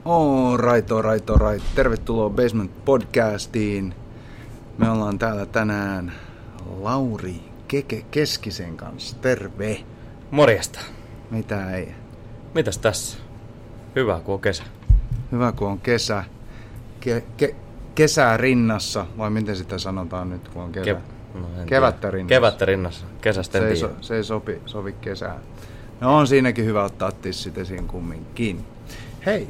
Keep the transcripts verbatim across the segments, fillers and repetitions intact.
Alright, alright, alright. Tervetuloa Basement Podcastiin. Me ollaan täällä tänään Lauri Keke Keskisen kanssa. Terve. Morjesta. Mitä ei? Mitäs tässä? Hyvä, kun on kesä. Hyvä, kun on kesä. Ke- ke- kesää rinnassa, vai miten sitä sanotaan nyt, kun on kesä? Ke- no, Kevättä rinnassa. Kevättä rinnassa. Kesästä en se, ei tiedä. so, se ei sopi, sovi kesään. No on siinäkin hyvä ottaa tissit esiin kumminkin. Hei.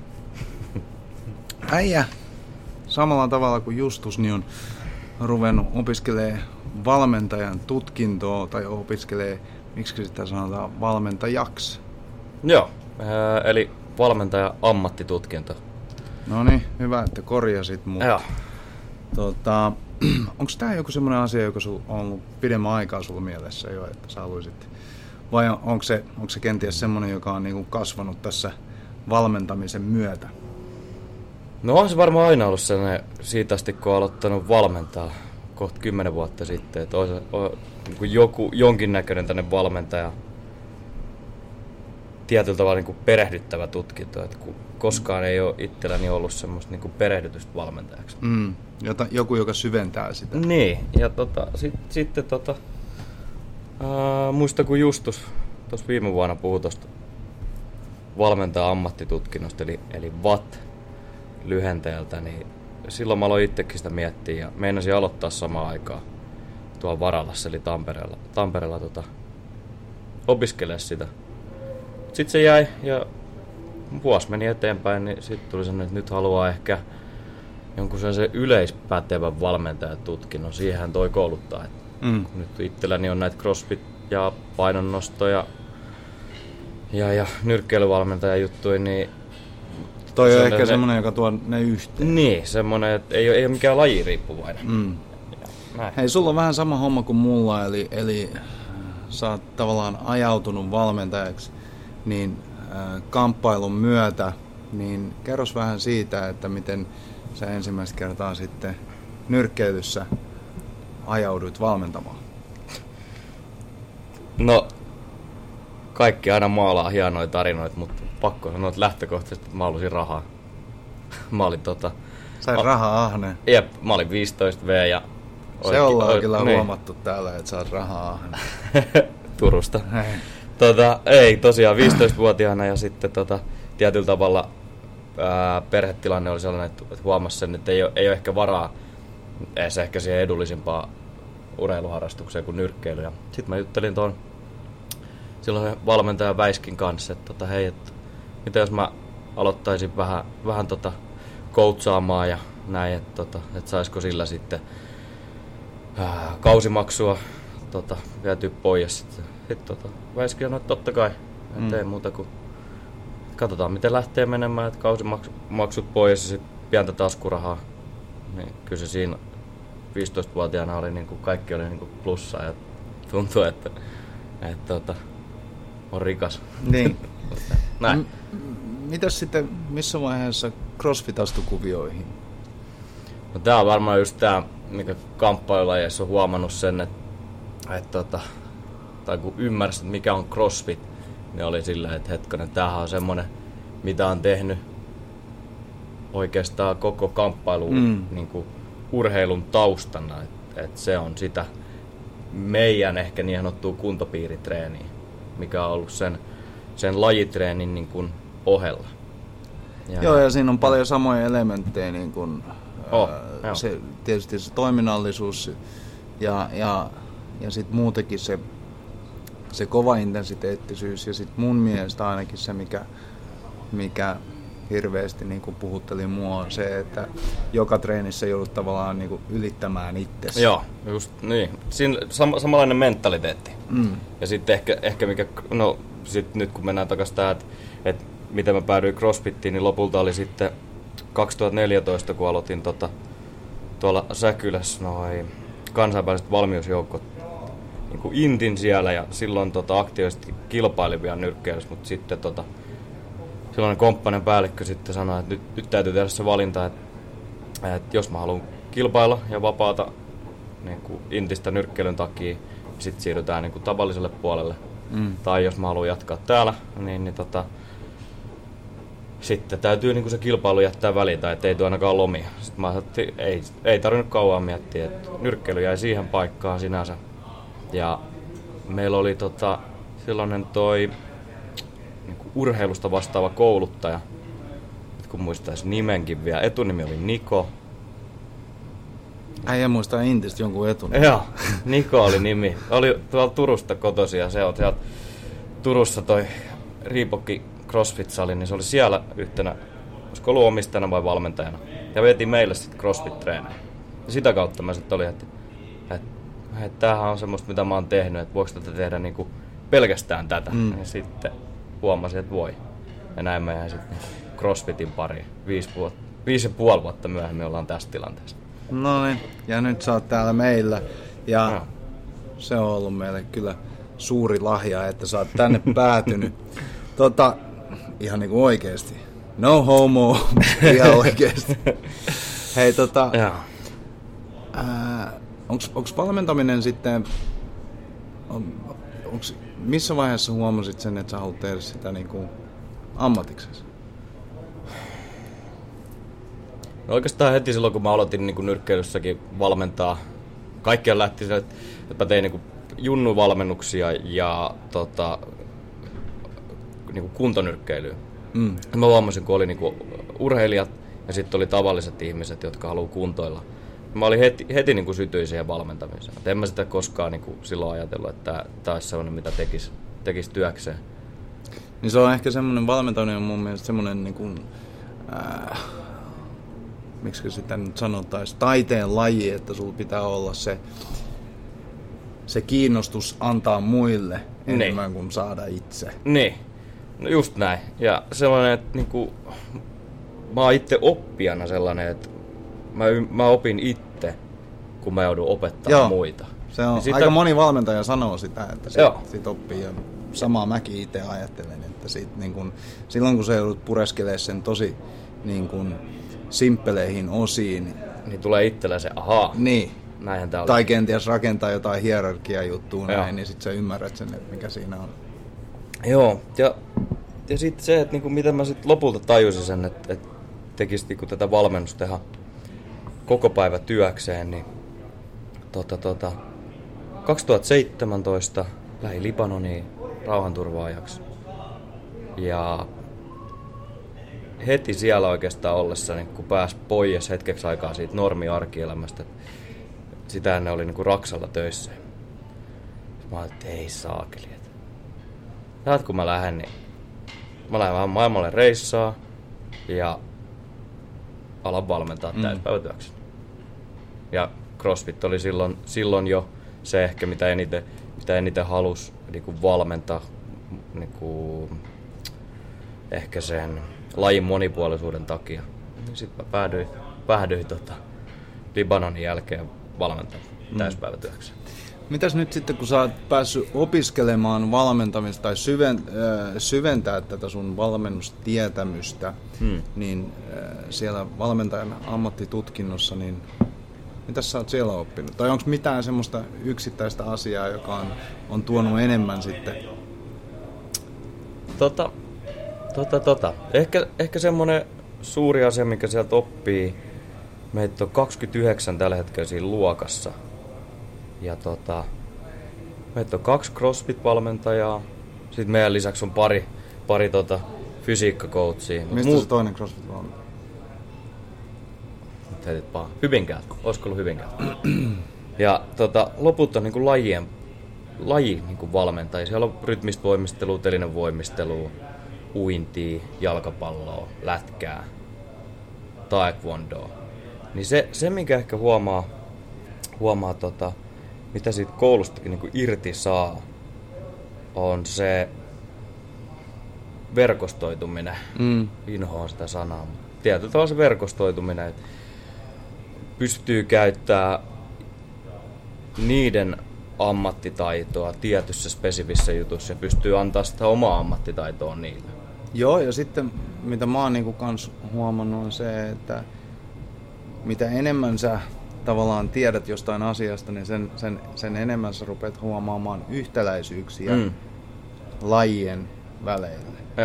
Äijä, samalla tavalla kuin Justus, niin on ruvennut opiskelemaan valmentajan tutkintoa, tai opiskelee, miksi sitä sanotaan, valmentajaksi. Joo, ää, eli valmentaja ammattitutkinto. No niin, hyvä, että korjasit, mutta Joo. Tota, onko tämä joku semmoinen asia, joka sul on ollut pidemmän aikaa sulla mielessä jo, että sä haluaisit, vai onko se, onko se kenties semmoinen, joka on niinku kasvanut tässä valmentamisen myötä? No on se varmaan aina ollut sellainen siitä asti, kun on aloittanut valmentaa kohta kymmenen vuotta sitten, että on, on niin joku, jonkinnäköinen tänne valmentaja tietyllä tavalla niin kuin perehdyttävä tutkinto, että koskaan ei ole itselläni ollut semmoista niin kuin perehdytystä valmentajaksi. Mm, jota, joku, joka syventää sitä. Niin, ja tota, sit, sitten tota, ää, muista kun Justus tuossa viime vuonna puhui tuosta valmentaja ammattitutkinnosta, eli, eli V A T-lyhentäjältä, niin silloin mä aloin itsekin sitä miettiä ja meinasin aloittaa samaan aikaan tuolla Varalassa, eli Tampereella, Tampereella tota, opiskelemaan sitä. Sitten se jäi ja vuosi meni eteenpäin, niin sitten tuli sellainen, että nyt haluaa ehkä jonkun sellaisen yleispätevän valmentajatutkinnon. Siihen toi kouluttaa. Mm. Nyt itselläni on näitä crossfit ja painonnostoja ja, ja nyrkkeilyvalmentajan juttuja, niin toi on ehkä semmoinen, joka tuo ne yhteen. Niin, semmoinen, että ei ole, ei ole mikään lajiriippuvainen. Mm. Hei, sulla on vähän sama homma kuin mulla, eli, eli sä oot tavallaan ajautunut valmentajaksi niin äh, kamppailun myötä, niin kerros vähän siitä, että miten sä ensimmäistä kertaa sitten nyrkkeilyssä ajauduit valmentamaan. No, kaikki aina maalaa hienoja tarinoita, mutta pakko sanoa, että lähtökohtaisesti mä halusin rahaa. Mä olin tota... Sait a- rahaa ahne. Jep, mä olin viisitoista vuotta ja... Se oikein, ollaan kyllä niin huomattu täällä, että sä oot rahaa ahne. Turusta. Tota, ei, tosiaan viisitoistavuotiaana ja sitten tota, tietyllä tavalla ää, perhetilanne oli sellainen, että, että huomasi sen, että ei ole, ei ole ehkä varaa edes ehkä siihen edullisimpaan urheiluharrastukseen kuin nyrkkeily. Sitten mä juttelin tuon silloin valmentajan Väiskin kanssa, että tota, hei, että mitä jos mä aloittaisin vähän, vähän tota, coachaamaan ja näin, että, tota, että saisiko sillä sitten ää, kausimaksua tota, vietyä pois. Sitten, sitten tota, Väiski sanoi, että totta kai, mm. ettei muuta kuin katsotaan miten lähtee menemään, että kausimaksut pois ja sitten pientä taskurahaa. Niin kyllä se siinä viisitoistavuotiaana oli niin kuin kaikki oli niin kuin plussaa ja tuntui, että, että, että on rikas. Niin. Näin. M- mitäs sitten, missä vaiheessa CrossFit astui kuvioihin? No tää on varmaan just tää, mikä kamppailulajeissa on huomannut sen, että, että, että tai kun ymmärsit, että mikä on CrossFit, niin oli silleen, että hetkonen, tämähän on semmonen, mitä on tehnyt oikeastaan koko kamppailun mm. niin kuin urheilun taustana, että, että se on sitä meidän ehkä niin sanottua kuntopiiritreeniä, mikä on ollut sen, sen lajitreenin niin kuin ohella. Ja joo, ja siinä on paljon samoja elementtejä, niin kuin, oh, ää, se, tietysti se toiminnallisuus ja, ja, ja sitten muutenkin se, se kova intensiteettisyys ja sitten mun mielestä ainakin se, mikä, mikä hirveästi niin kuin puhutteli mua on se, että joka treenissä joudut tavallaan niin kuin ylittämään itsesi. Joo, just niin. Siinä sam- samanlainen mentaliteetti. Mm. Ja sitten ehkä, ehkä mikä, no sit nyt kun mennään takaisin tähän, että et miten mä päädyin CrossFittiin, niin lopulta oli sitten kaksituhattaneljätoista, kun aloitin tota, tuolla Säkylässä noi kansainväliset valmiusjoukot niin kuin intin siellä ja silloin tota, aktiivisesti kilpailin vielä nyrkkeilyssä, mutta sitten tota, silloin komppanen päällikkö sitten sanoi, että nyt, nyt täytyy tehdä se valinta, että, että jos mä haluan kilpailla ja vapaata niin kuin intistä nyrkkeilyn takia, niin sitten siirrytään niin kuin tavalliselle puolelle. Mm. Tai jos mä haluan jatkaa täällä, niin, niin tota, sitten täytyy niinku se kilpailu jättää väliin, tai ettei tule ainakaan lomia. Sitten mä ajattelin, että ei, ei tarvinnut kauan miettiä, että nyrkkeily jäi siihen paikkaan sinänsä. Ja meillä oli tota, sellainen toi niinku urheilusta vastaava kouluttaja, kun muistaisi nimenkin vielä. Etunimi oli Niko. Äijä muistaa Intistä jonkun etunimi. Joo, Niko oli nimi. Oli tuolta Turusta kotoisin ja se on sieltä Turussa toi Reebokki CrossFit-sali, niin se oli siellä yhtenä, olisiko ollut omistajana vai valmentajana. Ja veti meille sitten CrossFit-treenejä. Ja sitä kautta mä sitten olin, että, että, että tämähän on semmoista, mitä mä oon tehnyt, että voiko tätä tehdä niinku pelkästään tätä. Mm. Ja sitten huomasin, että voi. Ja näin mä jäin sitten CrossFitin pariin. Viisi, vuotta, viisi ja puoli vuotta myöhemmin ollaan tässä tilanteessa. No niin, ja nyt sä oot täällä meillä. Ja no. Se on ollut meille kyllä suuri lahja, että sä oot tänne päätynyt. Tota, ihan niinku oikeesti. No homo, ihan oikeesti. Hei tota, ää, onks, onks valmentaminen sitten, on, onks, missä vaiheessa huomasit sen, että sä haluat tehdä sitä niinku ammatiksesi? No oikeastaan heti silloin, kun mä aloitin niin kuin nyrkkeilyssäkin valmentaa, kaikkiaan lähti sille, että mä tein niin kuin junnuvalmennuksia ja tota, niin kuin kuntonyrkkeilyä. Mm. Mä huomasin, kun oli niin kuin urheilijat ja sitten oli tavalliset ihmiset, jotka haluaa kuntoilla. Mä olin heti, heti niin kuin sytyin siihen valmentamiseen. Et en mä sitä koskaan niin kuin silloin ajatellut, että tämä olisi sellainen, mitä tekisi tekis työkseen. Niin se on ehkä semmoinen valmentaminen on mun mielestä semmoinen niin kuin, äh, miksi sitä nyt sanotaan, taiteen laji, että sulla pitää olla se, se kiinnostus antaa muille enemmän niin kuin saada itse. Niin, no just näin. Ja sellainen, että niinku, mä oon itse oppijana sellainen, että mä, mä opin itse, kun mä joudun opettamaan Joo. muita. Se on, sitä, aika moni valmentaja sanoo sitä, että siitä, siitä oppii. Ja samaa mäkin itse ajattelen, että siitä, niin kun, silloin kun sä joudut pureskelemaan sen tosi niin kun, simppeleihin osiin. Niin tulee itsellä se ahaa. Niin. Näinhän tää oli. Tai kenties rakentaa jotain hierarkia-juttua näin, niin sit sä ymmärrät sen, että mikä siinä on. Joo, ja, ja sitten se, että niinku, miten mä sit lopulta tajusin sen, että, että tekisi niinku, tätä valmennusta ihan koko päivä työkseen, niin tota, tota, kaksituhattaseitsemäntoista lähdin Libanoniin rauhanturvaajaksi. Ja heti siellä oikeastaan ollessa, niin kun pääsi pois hetkeksi aikaa siitä normi-arkielämästä, sitä ennen oli niin kuin Raksalla töissä. Mä ajattelin, että ei saakeli. Ja kun mä lähden, niin mä lähden vähän maailmalle reissaa ja alan valmentaa mm. täyspäivätyöksi. Ja CrossFit oli silloin, silloin jo se ehkä, mitä eniten, mitä eniten halusi niin kuin valmentaa. Niin kuin ehkä sen lajin monipuolisuuden takia. Sitten mä päädyin, päädyin tota, Libanonin jälkeen valmentamaan mm. täyspäivätyöksi. Mitäs nyt sitten, kun sä oot päässyt opiskelemaan valmentamista tai syven, äh, syventää tätä sun valmennustietämystä, hmm. niin äh, siellä valmentajan ammattitutkinnossa, niin mitäs sä oot siellä oppinut? Tai onko mitään semmoista yksittäistä asiaa, joka on, on tuonut enemmän sitten? Tota, tota, tota. Ehkä, ehkä semmoinen suuri asia, mikä sieltä oppii, meitä on kaksikymmentäyhdeksän tällä hetkellä siinä luokassa. Ja tota, meitä on kaksi CrossFit-valmentajaa. Sitten meidän lisäksi on pari, pari tota, fysiikkacoachia. Mistä Muut... se toinen CrossFit-valmentaja? Nyt heitit paha. Hyvinkäältä. Olisiko ollut Hyvinkäältä? Ja tota, loput on niinku lajien, laji niinku valmentajia. Siellä on rytmistä voimistelua, telinen voimistelua, uintia, jalkapalloa, lätkää, taekwondoa. Niin se, se minkä ehkä huomaa, huomaa tota, mitä siitä koulustakin niin kuin irti saa, on se verkostoituminen. Mm. Inhoan sitä sanaa. Tietyllä tavalla se verkostoituminen, että pystyy käyttämään niiden ammattitaitoa tietyssä spesifissä jutussa ja pystyy antaa sitä omaa ammattitaitoa niille. Joo, ja sitten mitä mä oon niinku kans huomannut on se, että mitä enemmän sä tavallaan tiedät jostain asiasta, niin sen, sen, sen enemmän sä rupeat huomaamaan yhtäläisyyksiä mm. lajien väleillä. Joo.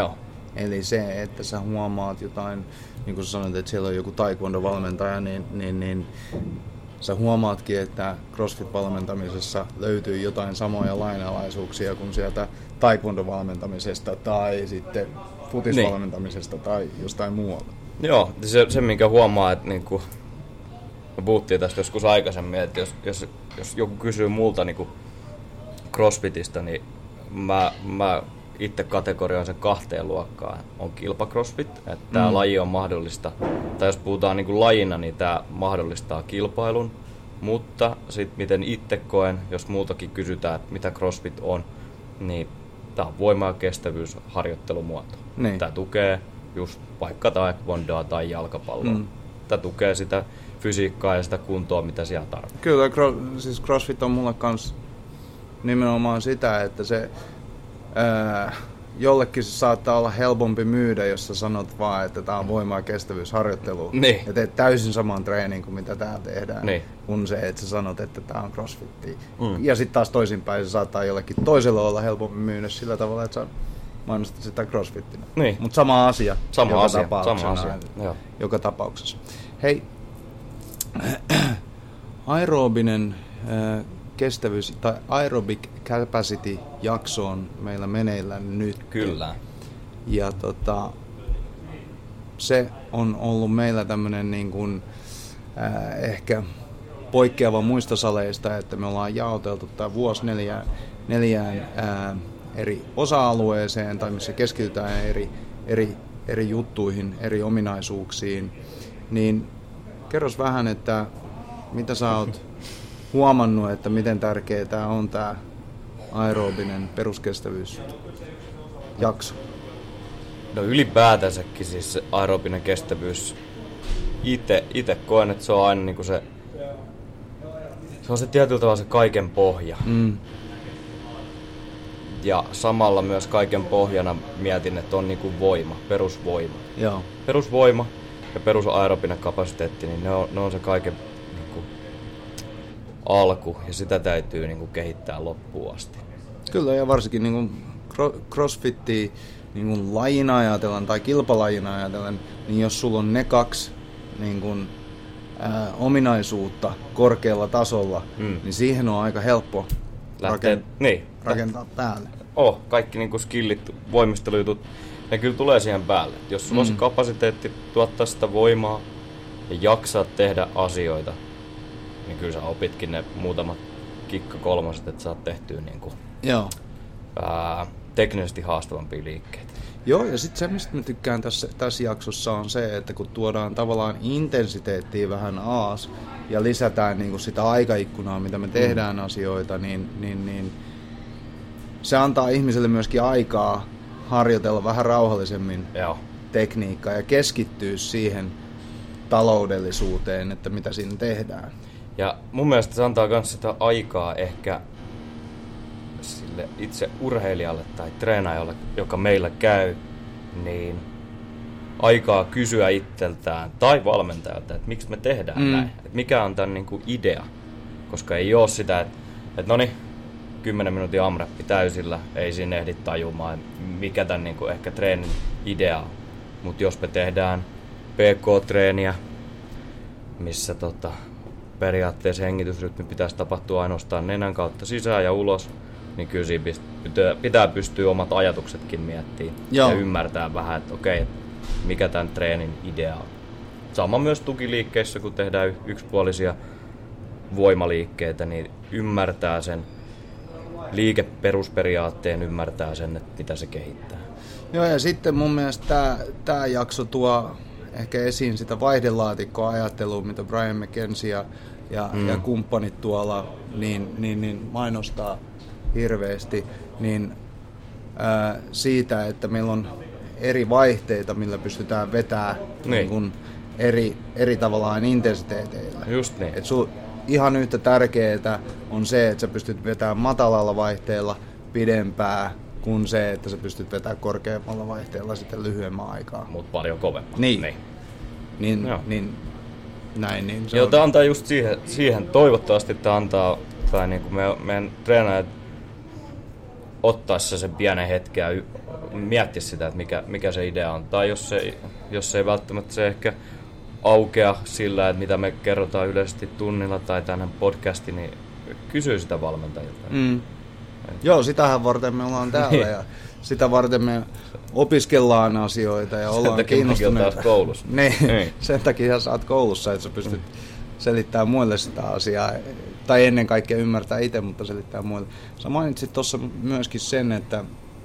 Eli se, että sä huomaat jotain, niin kuin sä sanoit, että siellä on joku taekwondo-valmentaja, niin, niin, niin sä huomaatkin, että CrossFit-valmentamisessa löytyy jotain samoja lainalaisuuksia kuin sieltä taekwondo-valmentamisesta tai sitten futisvalmentamisesta niin. Tai jostain muualta. Joo, se, se minkä huomaa, että niinku, me puhuttiin tästä joskus aikaisemmin, että jos, jos, jos joku kysyy multa niinku CrossFitista, niin mä, mä itse kategorioin sen kahteen luokkaan. On kilpa-CrossFit, että tämä mm. laji on mahdollista, tai jos puhutaan niinku lajina, niin tämä mahdollistaa kilpailun, mutta sitten miten itse koen, jos multakin kysytään, että mitä CrossFit on, niin tämä on voima- ja kestävyysharjoittelumuoto. Niin. Tämä tukee just vaikka taekwondoa tai jalkapalloa. Mm. Tämä tukee sitä fysiikkaa ja sitä kuntoa, mitä siellä tarvitaan. Kyllä, siis CrossFit on mulle kans nimenomaan sitä, että se ää, jollekin se saattaa olla helpompi myydä, jos sä sanot vaan, että tämä on voima- ja kestävyysharjoittelu. Niin. Ja teet täysin saman treenin kuin mitä täällä tehdään, niin. kun se, että sä sanot, että tämä on CrossFittiä. Mm. Ja sitten taas toisinpäin se saattaa jollekin toiselle olla helpompi myydä sillä tavalla, että sä mainostat sitä CrossFittinä. Niin. Mutta sama asia. Sama joka asia. Tapauksessa, sama asia. Joo. Joka tapauksessa. Hei, aerobinen äh, kestävyys tai aerobic capacity jakso on meillä meneillään nyt. Kyllä. Ja tota, se on ollut meillä tämmönen niin kuin, äh, ehkä poikkeava muista saleista, että me ollaan jaoteltu tämä vuosi neljään, neljään äh, eri osa-alueeseen, tai missä keskitytään eri, eri, eri juttuihin, eri ominaisuuksiin, niin kerros vähän, että mitä sä oot huomannut, että miten tärkeää tämä on tämä aerobinen peruskestävyysjakso? No ylipäätänsäkin siis se aerobinen kestävyys, ite, ite koen, että se on aina niinku se, se on se tietyllä tavalla se kaiken pohja. Mm. Ja samalla myös kaiken pohjana mietin, että on niinku voima, perusvoima. Joo. Perusvoima ja perusaerobinen kapasiteetti, niin ne on, ne on se kaiken niinku alku, ja sitä täytyy niinku kehittää loppuun asti. Kyllä, ja varsinkin niinku CrossFittia niinku lajina ajatellen tai kilpalajina ajatellen, niin jos sulla on ne kaksi niinku, ää, ominaisuutta korkealla tasolla, mm. niin siihen on aika helppo Lähtee, rakent- niin. rakentaa päälle. Oh, kaikki niinku skillit, voimistelujutut, ne kyllä tulee siihen päälle. Jos sulla mm. on se kapasiteetti tuottaa sitä voimaa ja jaksaa tehdä asioita, niin kyllä sä opitkin ne muutamat kikka kolmoset, että saat tehtyä niinku, Joo. Ää, teknisesti haastavampia liikkeitä. Joo, ja sitten se, mistä mä tykkään tässä, tässä jaksossa, on se, että kun tuodaan tavallaan intensiteettiä vähän aas ja lisätään niinku sitä aikaikkunaa, mitä me tehdään mm. asioita, niin, niin, niin se antaa ihmiselle myöskin aikaa harjoitella vähän rauhallisemmin Joo. tekniikkaa ja keskittyä siihen taloudellisuuteen, että mitä siinä tehdään. Ja mun mielestä se antaa myös sitä aikaa ehkä sille itse urheilijalle tai treenaajalle, joka meillä käy, niin aikaa kysyä itseltään tai valmentajalta, että miksi me tehdään mm. näin, että mikä on tämän niin kuin idea, koska ei ole sitä, että, että no niin, kymmenen minuutin amrappi täysillä, ei siinä ehdi tajumaan, mikä tämän niin kuin ehkä treenin idea on. Mutta jos me tehdään P K-treeniä, missä tota, periaatteessa hengitysrytmi pitäisi tapahtua ainoastaan nenän kautta sisään ja ulos, niin kyllä siinä pitää pystyä omat ajatuksetkin miettimään ja ymmärtää vähän, että okei, mikä tämän treenin idea on. Sama myös tukiliikkeissä, kun tehdään yksipuolisia voimaliikkeitä, niin ymmärtää sen liikeperusperiaatteen, ymmärtää sen, että mitä se kehittää. Joo, ja sitten mun mielestä tämä, tämä jakso tuo ehkä esiin sitä vaihdelaatikkoajattelua, mitä Brian McKenzie ja, ja, mm. ja kumppanit tuolla niin, niin, niin mainostaa hirveästi, niin ää, siitä, että meillä on eri vaihteita, millä pystytään vetämään niin. Niin kuin eri, eri tavallaan intensiteeteillä. Just niin. Et sul, ihan yhtä tärkeää on se, että sä pystyt vetämään matalalla vaihteella pidempää kuin se, että sä pystyt vetämään korkeammalla vaihteella sitten lyhyemmän aikaa. Mutta paljon kovempaa. Niin. Niin, niin, niin näin. Niin Joo, on... tämä antaa just siihen, siihen toivottavasti tämä antaa, tai niin kuin me, meidän treenaajat ottaessa sen pienen hetken ja miettiä sitä, että mikä, mikä se idea on. Tai jos se, jos se ei välttämättä se ehkä aukea sillä, että mitä me kerrotaan yleisesti tunnilla tai tänään podcastiin, niin kysyy sitä valmentajilta. Mm. Joo, sitähän varten me ollaan täällä ja sitä varten me opiskellaan asioita ja ollaan kiinnostuneita. Sen takia koulussa. Niin, niin. Sen takia sä oot koulussa, että sä pystyt mm. selittämään muille sitä asiaa. Tai ennen kaikkea ymmärtää itse, mutta selittää muille. Sä mainitsit tuossa myöskin sen, että,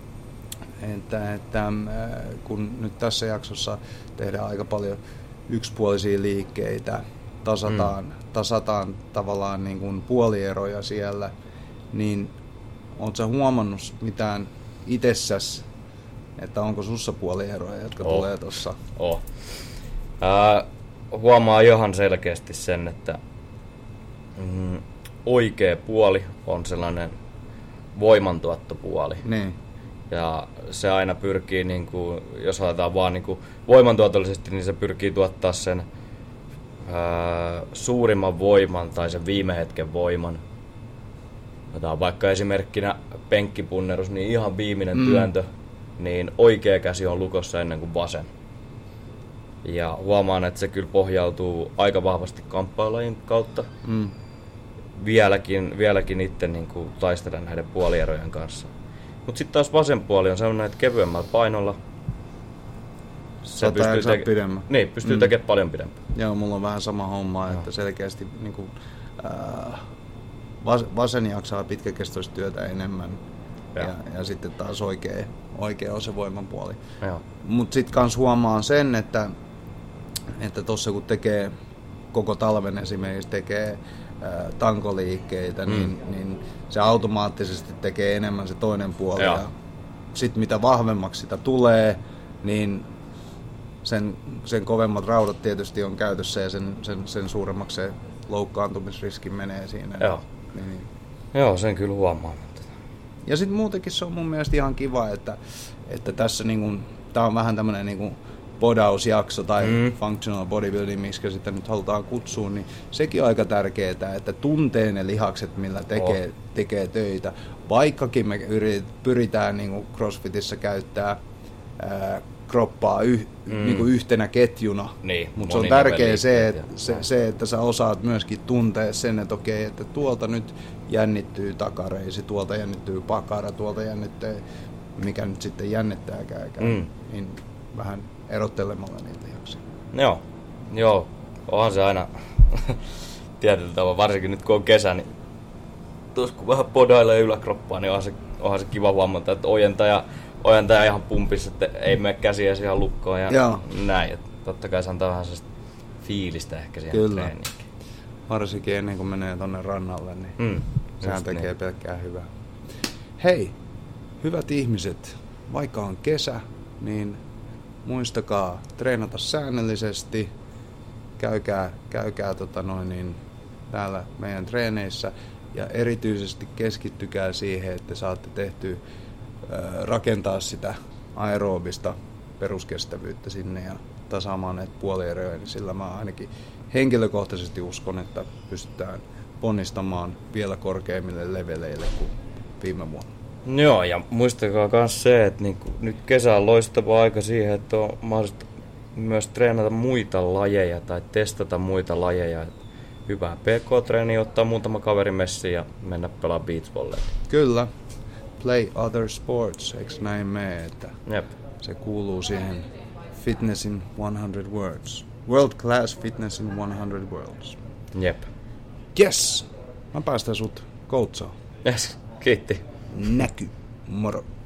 että, että kun nyt tässä jaksossa tehdään aika paljon yksipuolisia liikkeitä, tasataan, mm. tasataan tavallaan niin kuin puolieroja siellä, niin ootko sä huomannut mitään itsessäsi, että onko sussa puolieroja, jotka oh. tulee tuossa? Oh. Äh, huomaa ihan selkeästi sen, että mm, oikea puoli on sellainen voimantuottopuoli. Niin. Ja se aina pyrkii, niin kuin, jos aletaan vaan niin kuin voimantuotollisesti, niin se pyrkii tuottaa sen ää, suurimman voiman tai sen viime hetken voiman. Otetaan vaikka esimerkkinä penkkipunnerus, niin ihan viimeinen mm. työntö, niin oikea käsi on lukossa ennen kuin vasen. Ja huomaan, että se kyllä pohjautuu aika vahvasti kamppailulajin kautta. Mm. Vieläkin, vieläkin itse niin kuin taistelen näiden puolierojen kanssa. Mutta sitten taas vasen puoli on sellainen, että kevyemmällä painolla se pystyy, teke- pidemmän. Niin, pystyy mm. tekemään paljon pidempään. Joo, mulla on vähän sama homma, no. että selkeästi niin kuin, äh, vas- vasen jaksaa pitkäkestoista työtä enemmän ja, ja, ja sitten taas oikea, oikea on se voiman puoli. Mutta sitten kans huomaan sen, että että tuossa kun tekee koko talven esimerkiksi tekee tankoliikkeitä, mm. niin, niin se automaattisesti tekee enemmän se toinen puoli. Ja sitten mitä vahvemmaksi sitä tulee, niin sen, sen kovemmat raudat tietysti on käytössä ja sen, sen, sen suuremmaksi se loukkaantumisriski menee siinä. Joo, niin, niin. Joo sen kyllä huomaa. Ja sitten muutenkin se on mun mielestä ihan kiva, että, että tässä niinku, tää on vähän tämmönen niinku podausjakso tai mm. functional bodybuilding, miksi sitä nyt halutaan kutsua, niin sekin on aika tärkeää, että tuntee ne lihakset, millä tekee, oh. tekee töitä. Vaikkakin me yrit, pyritään niin kuin CrossFitissä käyttää ää, kroppaa yh, mm. niin kuin yhtenä ketjuna, niin, mutta se on tärkeää se, että, se, se, että sä osaat myöskin tuntea sen, että okei, että tuolta nyt jännittyy takareisi, tuolta jännittyy pakara, tuolta jännittyy, mikä nyt sitten jännittääkään, mm. niin vähän erottelemalla niitä lihaksia. Joo, joo, onhan se aina tietyllä tavalla, varsinkin nyt kun on kesä, niin tuossa kun vähän podailee yläkroppaa, niin onhan se, onhan se kiva huomata, että ojentaja, ojentaja ihan pumpissa, että ei mene käsi edes ihan lukkoon ja joo. näin. Että totta kai se antaa vähän sellaista fiilistä ehkä siihen Kyllä. treeniinkin. Varsinkin ennen kuin menee tonne rannalle, niin mm, sehän tekee niin. pelkkää hyvää. Hei, hyvät ihmiset, vaikka on kesä, niin muistakaa treenata säännöllisesti, käykää, käykää tota noin, niin, täällä meidän treeneissä ja erityisesti keskittykää siihen, että saatte tehtyä, ää, rakentaa sitä aerobista peruskestävyyttä sinne ja tasaamaan näitä puolieroja, niin sillä mä ainakin henkilökohtaisesti uskon, että pystytään ponnistamaan vielä korkeimmille leveleille kuin viime vuonna. Joo, ja muistakaa myös se, että niinku, nyt kesä on loistava aika siihen, että on mahdollista myös treenata muita lajeja tai testata muita lajeja. Hyvää P K-treeniä, ottaa muutama kaveri messiin ja mennä pelaamaan beach volleyta. Kyllä, play other sports, eikö näin mene, että Jep. se kuuluu siihen fitness in one hundred words. World class fitness in one hundred words. Jep. Yes! Mä päästän sut coachaan. Yes, kiitti. Näky. Moro.